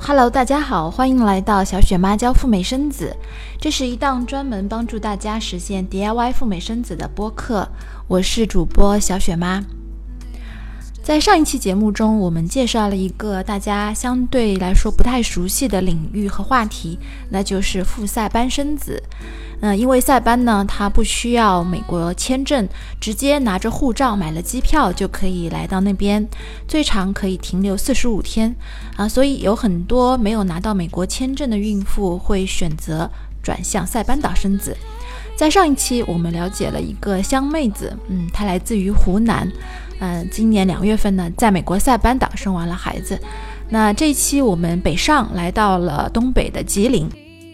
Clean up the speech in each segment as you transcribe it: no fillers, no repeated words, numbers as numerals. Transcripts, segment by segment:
Hello， 大家好，欢迎来到小雪妈教赴美生子。这是一档专门帮助大家实现 DIY 赴美生子的播客，我是主播小雪妈。在上一期节目中，我们介绍了一个大家相对来说不太熟悉的领域和话题，那就是赴塞班生子。因为塞班呢，它不需要美国签证，直接拿着护照买了机票就可以来到那边，最长可以停留45天所以有很多没有拿到美国签证的孕妇会选择转向塞班岛生子。在上一期我们了解了一个湘妹子，她来自于湖南，今年2月份呢，在美国塞班岛生完了孩子。那这一期我们北上来到了东北的吉林。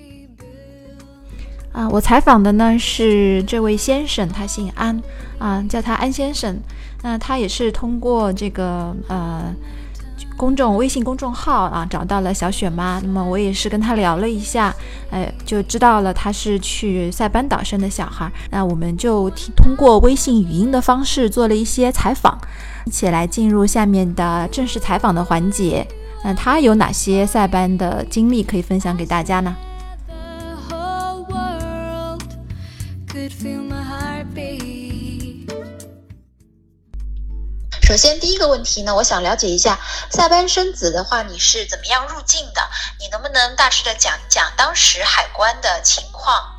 我采访的呢是这位先生，他姓安叫他安先生。那他也是通过这个微信公众号找到了小雪妈。那么我也是跟他聊了一下，就知道了他是去塞班岛生的小孩。那我们就通过微信语音的方式做了一些采访，一起来进入下面的正式采访的环节。那他有哪些塞班的经历可以分享给大家呢？ 首先第一个问题呢，我想了解一下塞班生子的话你是怎么样入境的，你能不能大致的讲一讲当时海关的情况？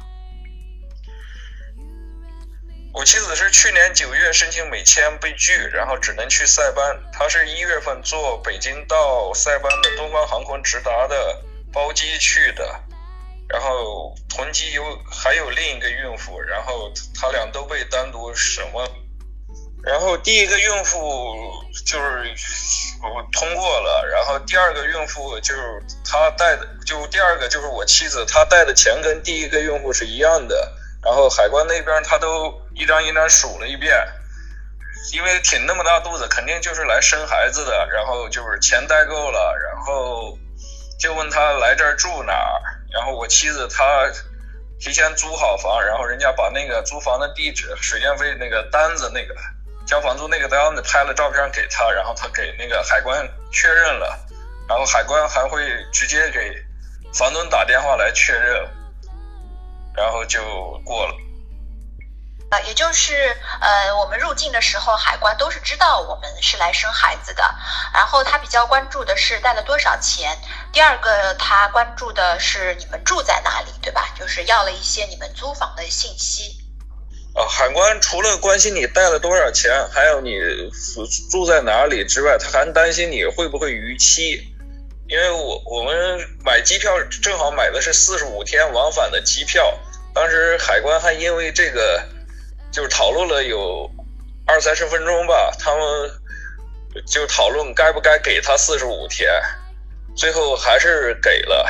我妻子是去年9月申请美签被拒，然后只能去塞班。她是1月份坐北京到塞班的东方航空直达的包机去的，然后同机还有另一个孕妇，然后他俩都被单独审问。然后第一个孕妇就是我通过了，然后第二个孕妇就是她带的，就第二个就是我妻子，她带的钱跟第一个孕妇是一样的。然后海关那边她都一张一张数了一遍，因为挺那么大肚子，肯定就是来生孩子的。然后就是钱带够了，然后就问她来这儿住哪儿。然后我妻子她提前租好房，然后人家把那个租房的地址、水电费那个单子、那个交房租那个单子拍了照片给他，然后他给那个海关确认了，然后海关还会直接给房东打电话来确认，然后就过了。 也就是我们入境的时候海关都是知道我们是来生孩子的，然后他比较关注的是带了多少钱，第二个他关注的是你们住在哪里，对吧？就是要了一些你们租房的信息。 海关除了关心你带了多少钱，还有你住在哪里之外，他还担心你会不会逾期。因为我们买机票正好买的是45天往返的机票，当时海关还因为这个就是讨论了有20-30分钟吧，他们就讨论该不该给他45天，最后还是给了。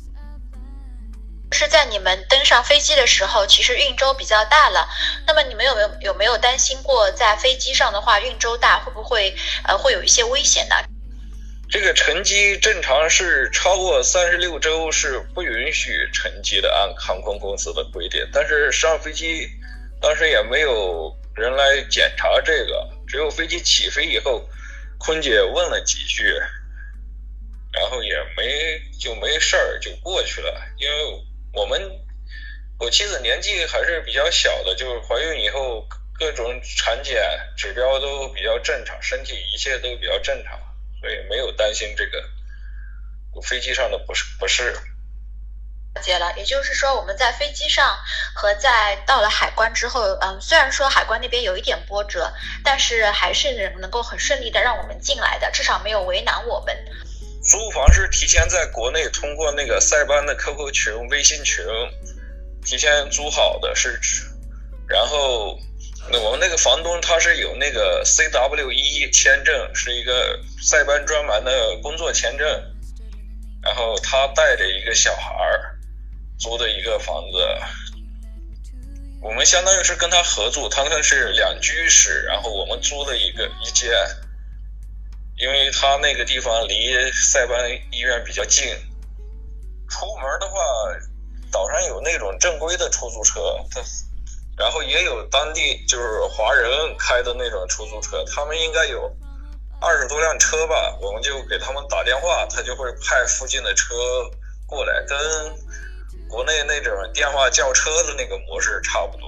是在你们登上飞机的时候，其实运州比较大了，那么你们有没有担心过在飞机上的话运州大会不会会有一些危险呢？ 这个乘机正常是超过36周是不允许乘机的，按航空公司的规定，但是上飞机当时也没有人来检查这个，只有飞机起飞以后空姐问了几句，然后也没事儿就过去了。因为我妻子年纪还是比较小的，就是怀孕以后各种产检指标都比较正常，身体一切都比较正常，所以没有担心这个飞机上的不适。 了解了，也就是说我们在飞机上和在到了海关之后，虽然说海关那边有一点波折，但是还是能够很顺利的让我们进来的，至少没有为难我们。 租房是提前在国内通过那个塞班的 QQ 群、微信群提前租好的，然后我们那个房东他是有那个 CW1 签证，是一个塞班专门的工作签证，然后他带着一个小孩租的一个房子，我们相当于是跟他合租，他那是2居室，然后我们租的一间，因为他那个地方离塞班医院比较近。出门的话，岛上有那种正规的出租车，然后也有当地就是华人开的那种出租车，他们应该有 20多辆车吧，我们就给他们打电话，他就会派附近的车过来，跟国内那种电话叫车的那个模式差不多。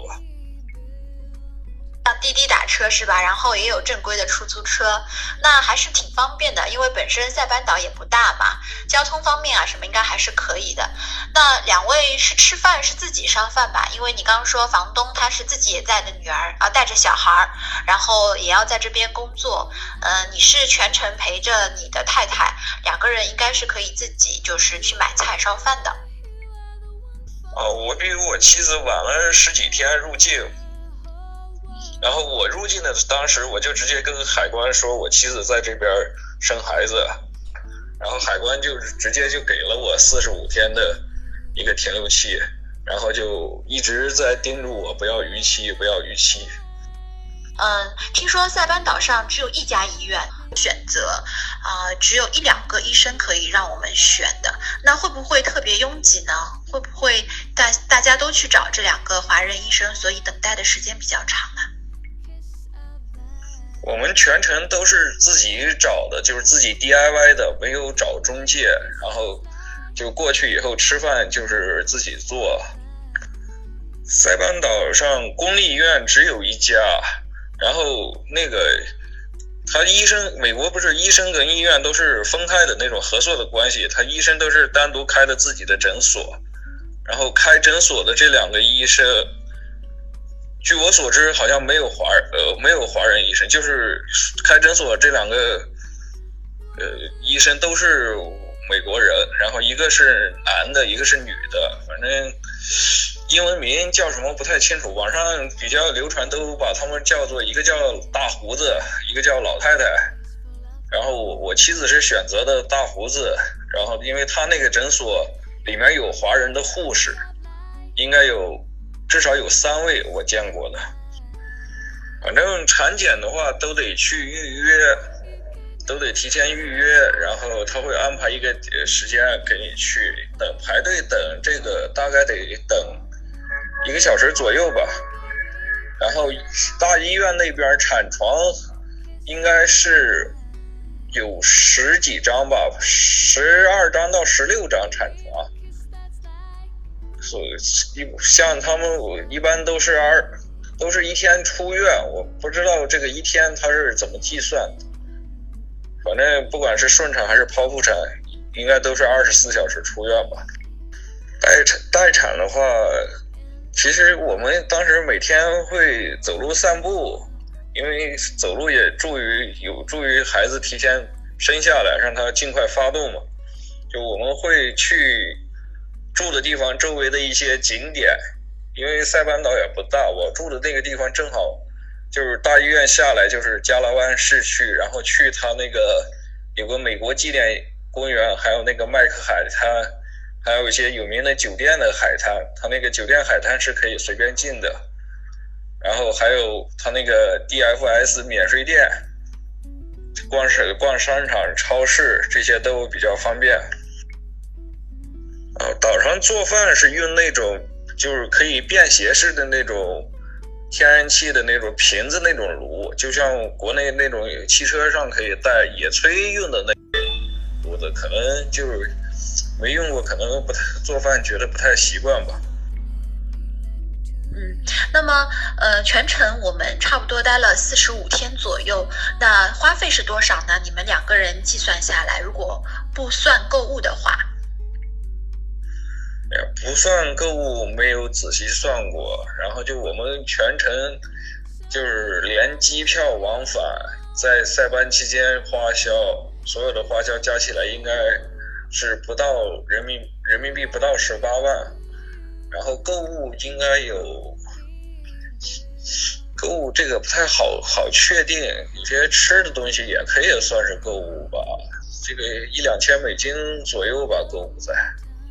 像滴滴打车是吧？然后也有正规的出租车，那还是挺方便的，因为本身塞班岛也不大嘛，交通方面啊什么应该还是可以的。那两位是吃饭是自己烧饭吧？因为你刚刚说房东他是自己也在的女儿啊，带着小孩，然后也要在这边工作，你是全程陪着你的太太，两个人应该是可以自己就是去买菜烧饭的。 我比我妻子晚了10几天入境。然后我入境的当时我就直接跟海关说我妻子在这边生孩子，然后海关就直接就给了我45天的一个停留期，然后就一直在叮嘱我不要逾期。 听说塞班岛上只有一家医院选择，只有1-2个医生可以让我们选的，那会不会特别拥挤呢？会不会大家都去找这2个华人医生，所以等待的时间比较长呢？ 我们全程都是自己找的，就是自己 DIY 的，没有找中介，然后就过去以后吃饭就是自己做。塞班岛上公立医院只有1家，然后那个他医生，美国不是医生跟医院都是分开的那种合作的关系，他医生都是单独开的自己的诊所，然后开诊所的这2个医生据我所知好像没有华人医生，就是开诊所这2个医生都是美国人，然后一个是男的一个是女的，反正英文名叫什么不太清楚，网上比较流传都把他们叫做一个叫大胡子一个叫老太太，然后我妻子是选择的大胡子，然后因为他那个诊所里面有华人的护士，应该至少有3位我见过的。反正产检的话都得去预约，都得提前预约，然后他会安排一个时间给你去排队等，这个大概得等1个小时左右吧。然后大医院那边产床应该是有10几张吧，12张到16张产床。所以像他们一般都是1天出院，我不知道这个1天他是怎么计算的。反正不管是顺产还是剖腹产，应该都是24小时出院吧。待产的话，其实我们当时每天会走路散步，因为走路也有助于孩子提前生下来，让他尽快发动嘛。就我们会去住的地方周围的一些景点，因为塞班岛也不大，我住的那个地方正好就是大医院下来就是加拉湾市区，然后去他那个有个美国纪念公园，还有那个麦克海滩，还有一些有名的酒店的海滩，他那个酒店海滩是可以随便进的，然后还有他那个 DFS 免税店，逛商场超市这些都比较方便。岛上做饭是用那种就是可以便携式的那种天然气的那种瓶子那种炉，就像国内那种汽车上可以带野炊用的那种炉子，可能就是没用过，可能做饭觉得不太习惯吧。 那么全程我们差不多待了45天左右，那花费是多少呢？你们2个人计算下来，如果不算购物的话。 不算购物没有仔细算过，然后就我们全程就是连机票往返在塞班期间花销，所有的花销加起来应该是不到人民币不到18万，然后购物应该有，购物这个不太好确定，有些吃的东西也可以算是购物吧，这个1-2千美金左右吧，购物在。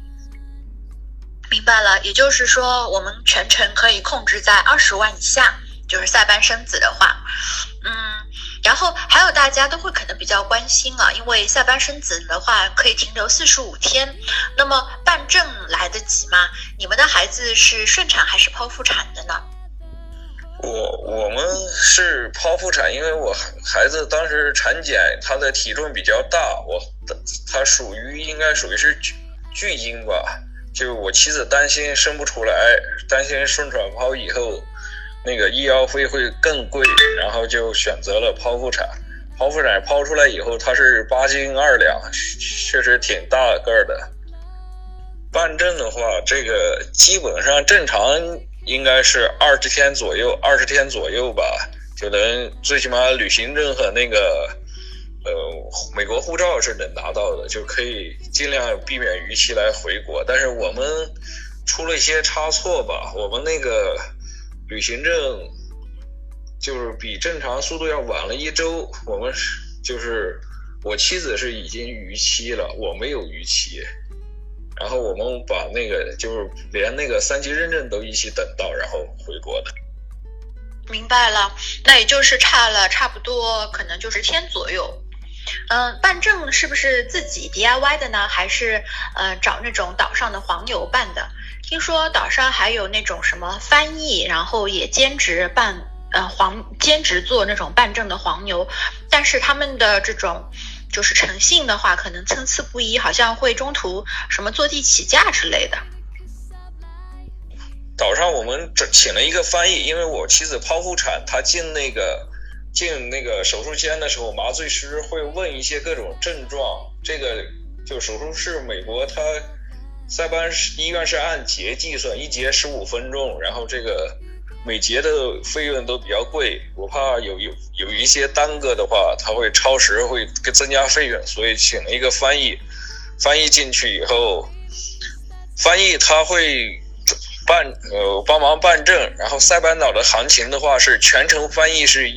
明白了，也就是说我们全程可以控制在20万以下，就是塞班生子的话。然后还有大家都会可能比较关心啊，因为塞班生子的话可以停留45天，那么办证来得及吗？你们的孩子是顺产还是剖腹产的呢？ 我们是是剖腹产，因为我孩子当时产检，他的体重比较大，他应该属于是巨婴吧，就是我妻子担心生不出来，担心顺产剖以后那个医药费会更贵，然后就选择了剖腹产。剖腹产剖出来以后，他是8斤2两，确实挺大个的。办证的话，这个基本上正常应该是20天左右吧，就能最起码旅行证和那个美国护照是能拿到的，就可以尽量避免逾期来回国。但是我们出了一些差错吧，我们那个旅行证就是比正常速度要晚了1周，我妻子是已经逾期了，我没有逾期。然后我们把那个就是连那个3级认证都一起等到，然后回国的。 明白了，那也就是差了差不多可能就是10天左右。办证是不是自己 DIY 的呢？还是找那种岛上的黄牛办的？听说岛上还有那种什么翻译，然后也兼职做那种办证的黄牛，但是他们的这种就是诚信的话，可能参差不一，好像会中途什么坐地起价之类的。 岛上我们请了一个翻译，因为我妻子剖腹产，她进那个手术间的时候，麻醉师会问一些各种症状。这个就手术室，美国它塞班医院是按节计算，一节15分钟，然后这个每节的费用都比较贵，我怕有一些耽搁的话，他会超时，会增加费用，所以请了一个翻译。翻译进去以后，翻译他会帮忙办证，然后塞班岛的行情的话是全程翻译是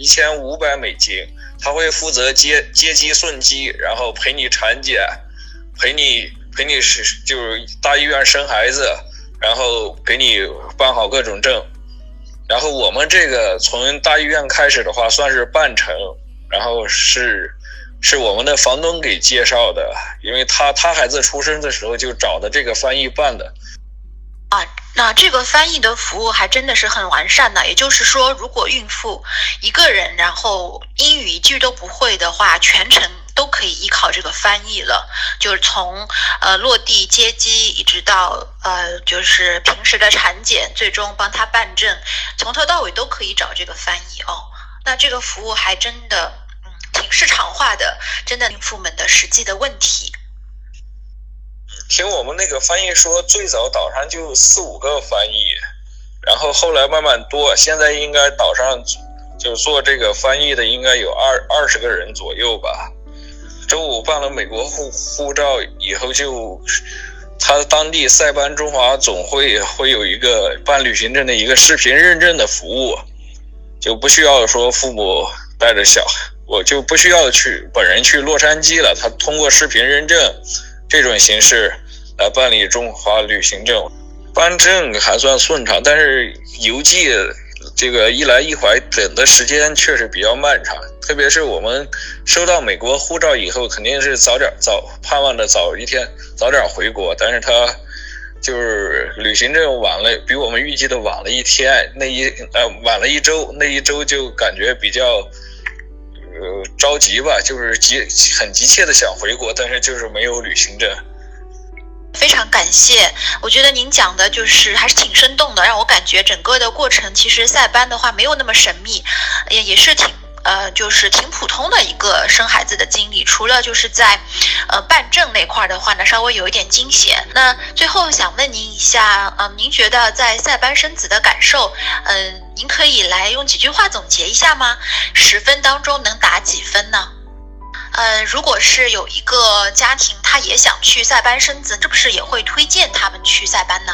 $1500，他会负责接机送机，然后陪你产检，陪你就是大医院生孩子，然后给你办好各种证。然后我们这个从大医院开始的话算是半程，然后是我们的房东给介绍的，因为他孩子出生的时候就找的这个翻译办的。 那这个翻译的服务还真的是很完善的，也就是说如果孕妇一个人然后英语一句都不会的话，全程都可以依靠这个翻译了，就是从落地接机一直到就是平时的产检，最终帮他办证，从头到尾都可以找这个翻译哦。那这个服务还真的挺市场化的，真的孕妇们的实际的问题。 听我们那个翻译说，最早岛上就4-5个翻译，然后后来慢慢多，现在应该岛上就做这个翻译的应该有20个人左右吧。周五办了美国护照以后，就他当地塞班中华总会有一个办旅行证的一个视频认证的服务，就不需要说父母带着我就不需要本人去洛杉矶了，他通过视频认证这种形式来办理中华旅行证。办证还算顺畅，但是邮寄这个一来一回等的时间确实比较漫长，特别是我们收到美国护照以后，肯定是盼望着早点回国，但是他就是旅行证晚了，比我们预计的晚了1天，晚了1周，那1周就感觉比较着急吧，就是很急切的想回国，但是就是没有旅行证。 非常感谢，我觉得您讲的就是还是挺生动的，让我感觉整个的过程其实塞班的话没有那么神秘，也是就是挺普通的一个生孩子的经历，除了就是在办证那块的话呢稍微有一点惊险。那最后想问您一下，您觉得在塞班生子的感受，您可以来用几句话总结一下吗？10分当中能打几分呢？如果是有一个家庭他也想去塞班生子，是不是也会推荐他们去塞班呢？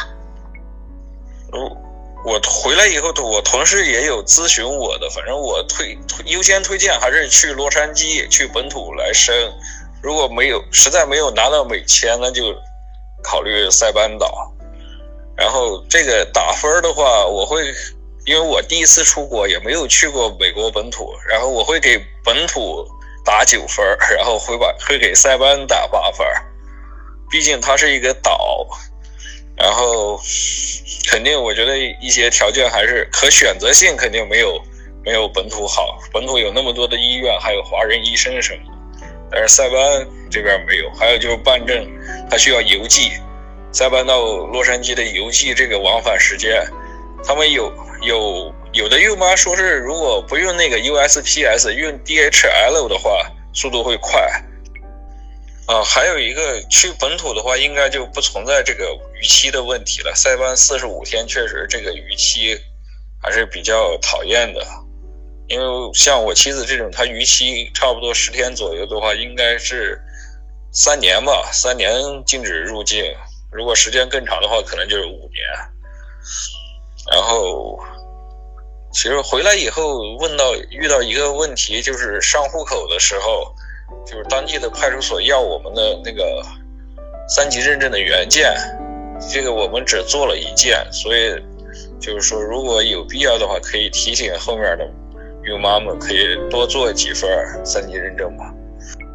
我回来以后，我同事也有咨询我的，反正我优先推荐还是去洛杉矶，去本土来生。如果实在没有拿到美签，那就考虑塞班岛。然后这个打分的话，因为我第一次出国也没有去过美国本土，然后我会给本土打9分，然后会给塞班打8分，毕竟它是一个岛，然后肯定我觉得一些条件还是可选择性肯定没有没有本土好，本土有那么多的医院，还有华人医生什么的，但是塞班这边没有。还有就是办证，它需要邮寄，塞班到洛杉矶的邮寄这个往返时间，他们有的舅妈说是如果不用那个 USPS， 用 DHL 的话，速度会快。还有一个去本土的话，应该就不存在这个逾期的问题了。塞班45天确实这个逾期还是比较讨厌的，因为像我妻子这种，她逾期差不多10天左右的话，应该是3年吧，3年禁止入境，如果时间更长的话，可能就是5年。然后其实回来以后遇到一个问题，就是上户口的时候，就是当地的派出所要我们的那个3级认证的原件，这个我们只做了1件，所以就是说如果有必要的话，可以提醒后面的孕妈们可以多做几份3级认证吧。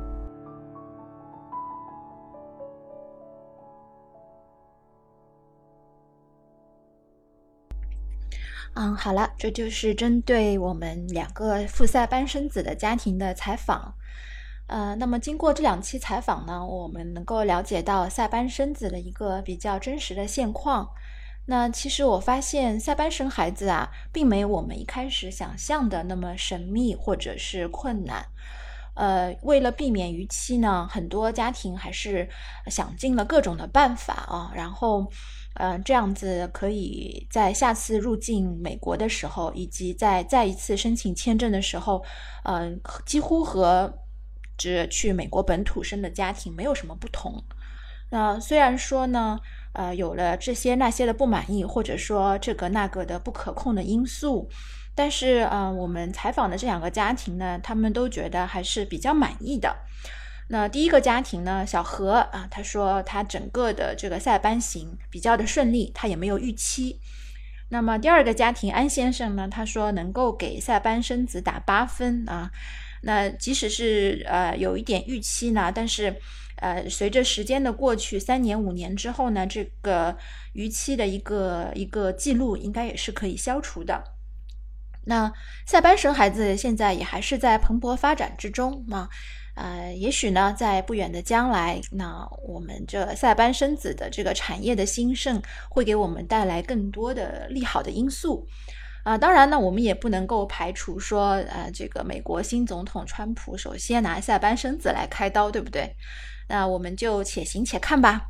好了，这就是针对我们2个赴塞班生子的家庭的采访。那么经过这2期采访呢，我们能够了解到塞班生子的一个比较真实的现况。那其实我发现塞班生孩子并没有我们一开始想象的那么神秘或者是困难。为了避免逾期呢，很多家庭还是想尽了各种的办法然后这样子可以在下次入境美国的时候，以及再一次申请签证的时候，几乎和只去美国本土生的家庭没有什么不同。那虽然说呢，有了这些那些的不满意，或者说这个那个的不可控的因素，但是我们采访的这2个家庭呢，他们都觉得还是比较满意的。那第一个家庭呢，小何他说他整个的这个塞班行比较的顺利，他也没有逾期。那么第二个家庭安先生呢，他说能够给塞班生子打8分那即使是有一点逾期呢，但是随着时间的过去，3年5年之后呢，这个逾期的一个记录应该也是可以消除的。那塞班生孩子现在也还是在蓬勃发展之中也许呢，在不远的将来，那我们这塞班生子的这个产业的兴盛，会给我们带来更多的利好的因素。当然呢，我们也不能够排除说，这个美国新总统川普首先拿塞班生子来开刀，对不对？那我们就且行且看吧。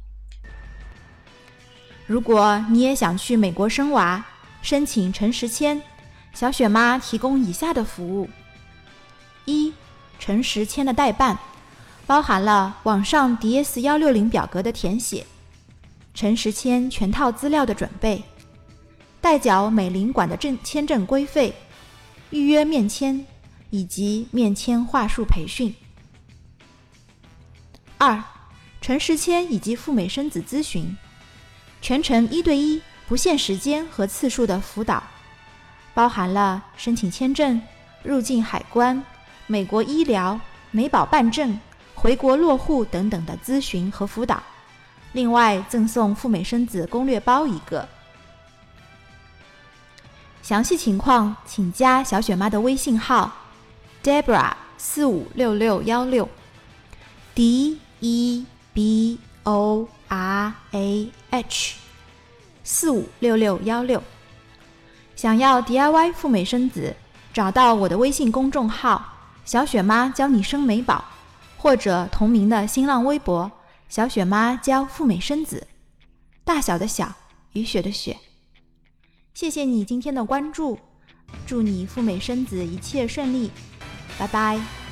如果你也想去美国生娃，申请诚实签，小雪妈提供以下的服务：1. 诚实签的代办，包含了网上 DS-160 表格的填写，诚实签全套资料的准备，代缴美领馆的签证规费，预约面签以及面签话术培训。2. 诚实签以及赴美生子咨询，全程1对1，不限时间和次数的辅导，包含了申请签证、入境海关、美国医疗、美保办证、回国落户等等的咨询和辅导，另外赠送赴美生子攻略包1个。详细情况请加小雪妈的微信号 Debra456616 DEBORAH456616。想要 DIY 赴美生子，找到我的微信公众号小雪妈教你生美宝，或者同名的新浪微博小雪妈教赴美生子，大小的小，雨雪的雪。谢谢你今天的关注，祝你赴美生子一切顺利，拜拜。